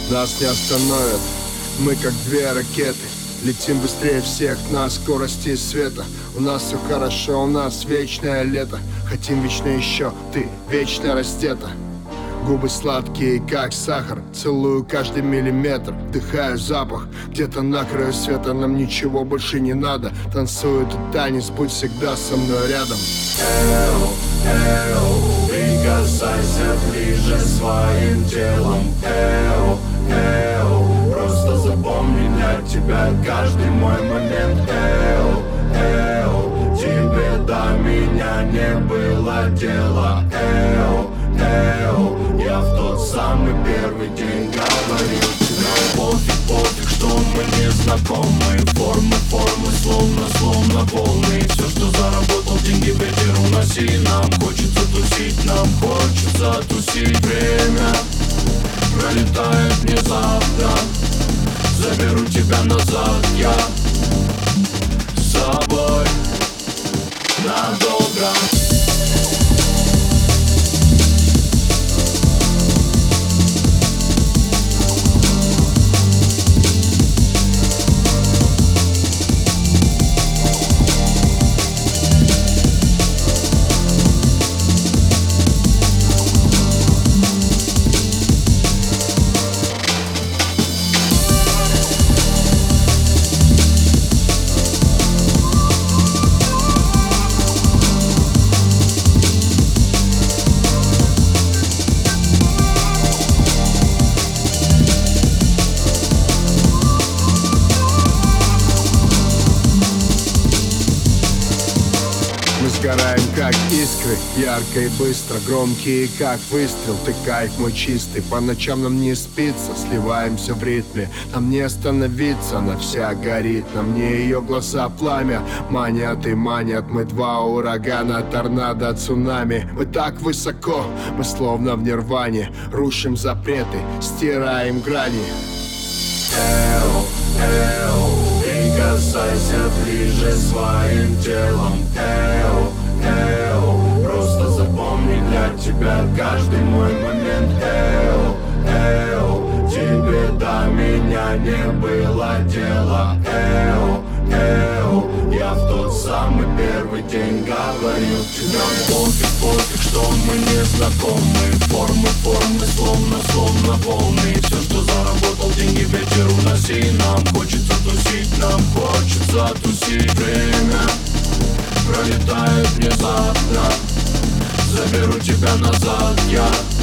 Нас не остановят, мы как две ракеты. Летим быстрее всех на скорости света. У нас все хорошо, у нас вечное лето. Хотим вечно еще, ты вечно раздета. Губы сладкие, как сахар, целую каждый миллиметр. Вдыхаю запах, где-то на краю света. Нам ничего больше не надо. Танцую этот танец, будь всегда со мной рядом. Эу, эу, прикасайся ближе своим телом. Эу, эу, просто запомни для тебя каждый мой момент. Эу, эу, тебе до меня не было дела. Эу, эу, я в тот самый первый день говорил тебе. Пофиг, пофиг, что мы не знакомы. Формы, словно волны. Все, что заработал, деньги ветер уноси. Нам хочется тусить, нам хочется тусить. Время пролетает внезапно. Заберу тебя назад я с собой надолго. Мы сгораем, как искры, ярко и быстро. Громкие, как выстрел, ты кайф мой чистый. По ночам нам не спится, сливаемся в ритме. Нам не остановиться, она вся горит. На мне ее глаза пламя манят и манят. Мы два урагана, торнадо, цунами. Мы так высоко, мы словно в нирване. Рушим запреты, стираем грани. Эу, эу, прикасайся ближе своим телом. Эу, эу, просто запомни для тебя каждый мой момент. Эу, эу, тебе до меня не было дела. Эу, эу, я в тот самый первый день говорил тебе. Пофиг, пофиг, что мы не знакомы. Формы, словно волны. Все, что заработал, деньги ветер уноси. Нам хочется тусить, нам хочется тусить. Время пролетает внезапно. Заберу тебя назад я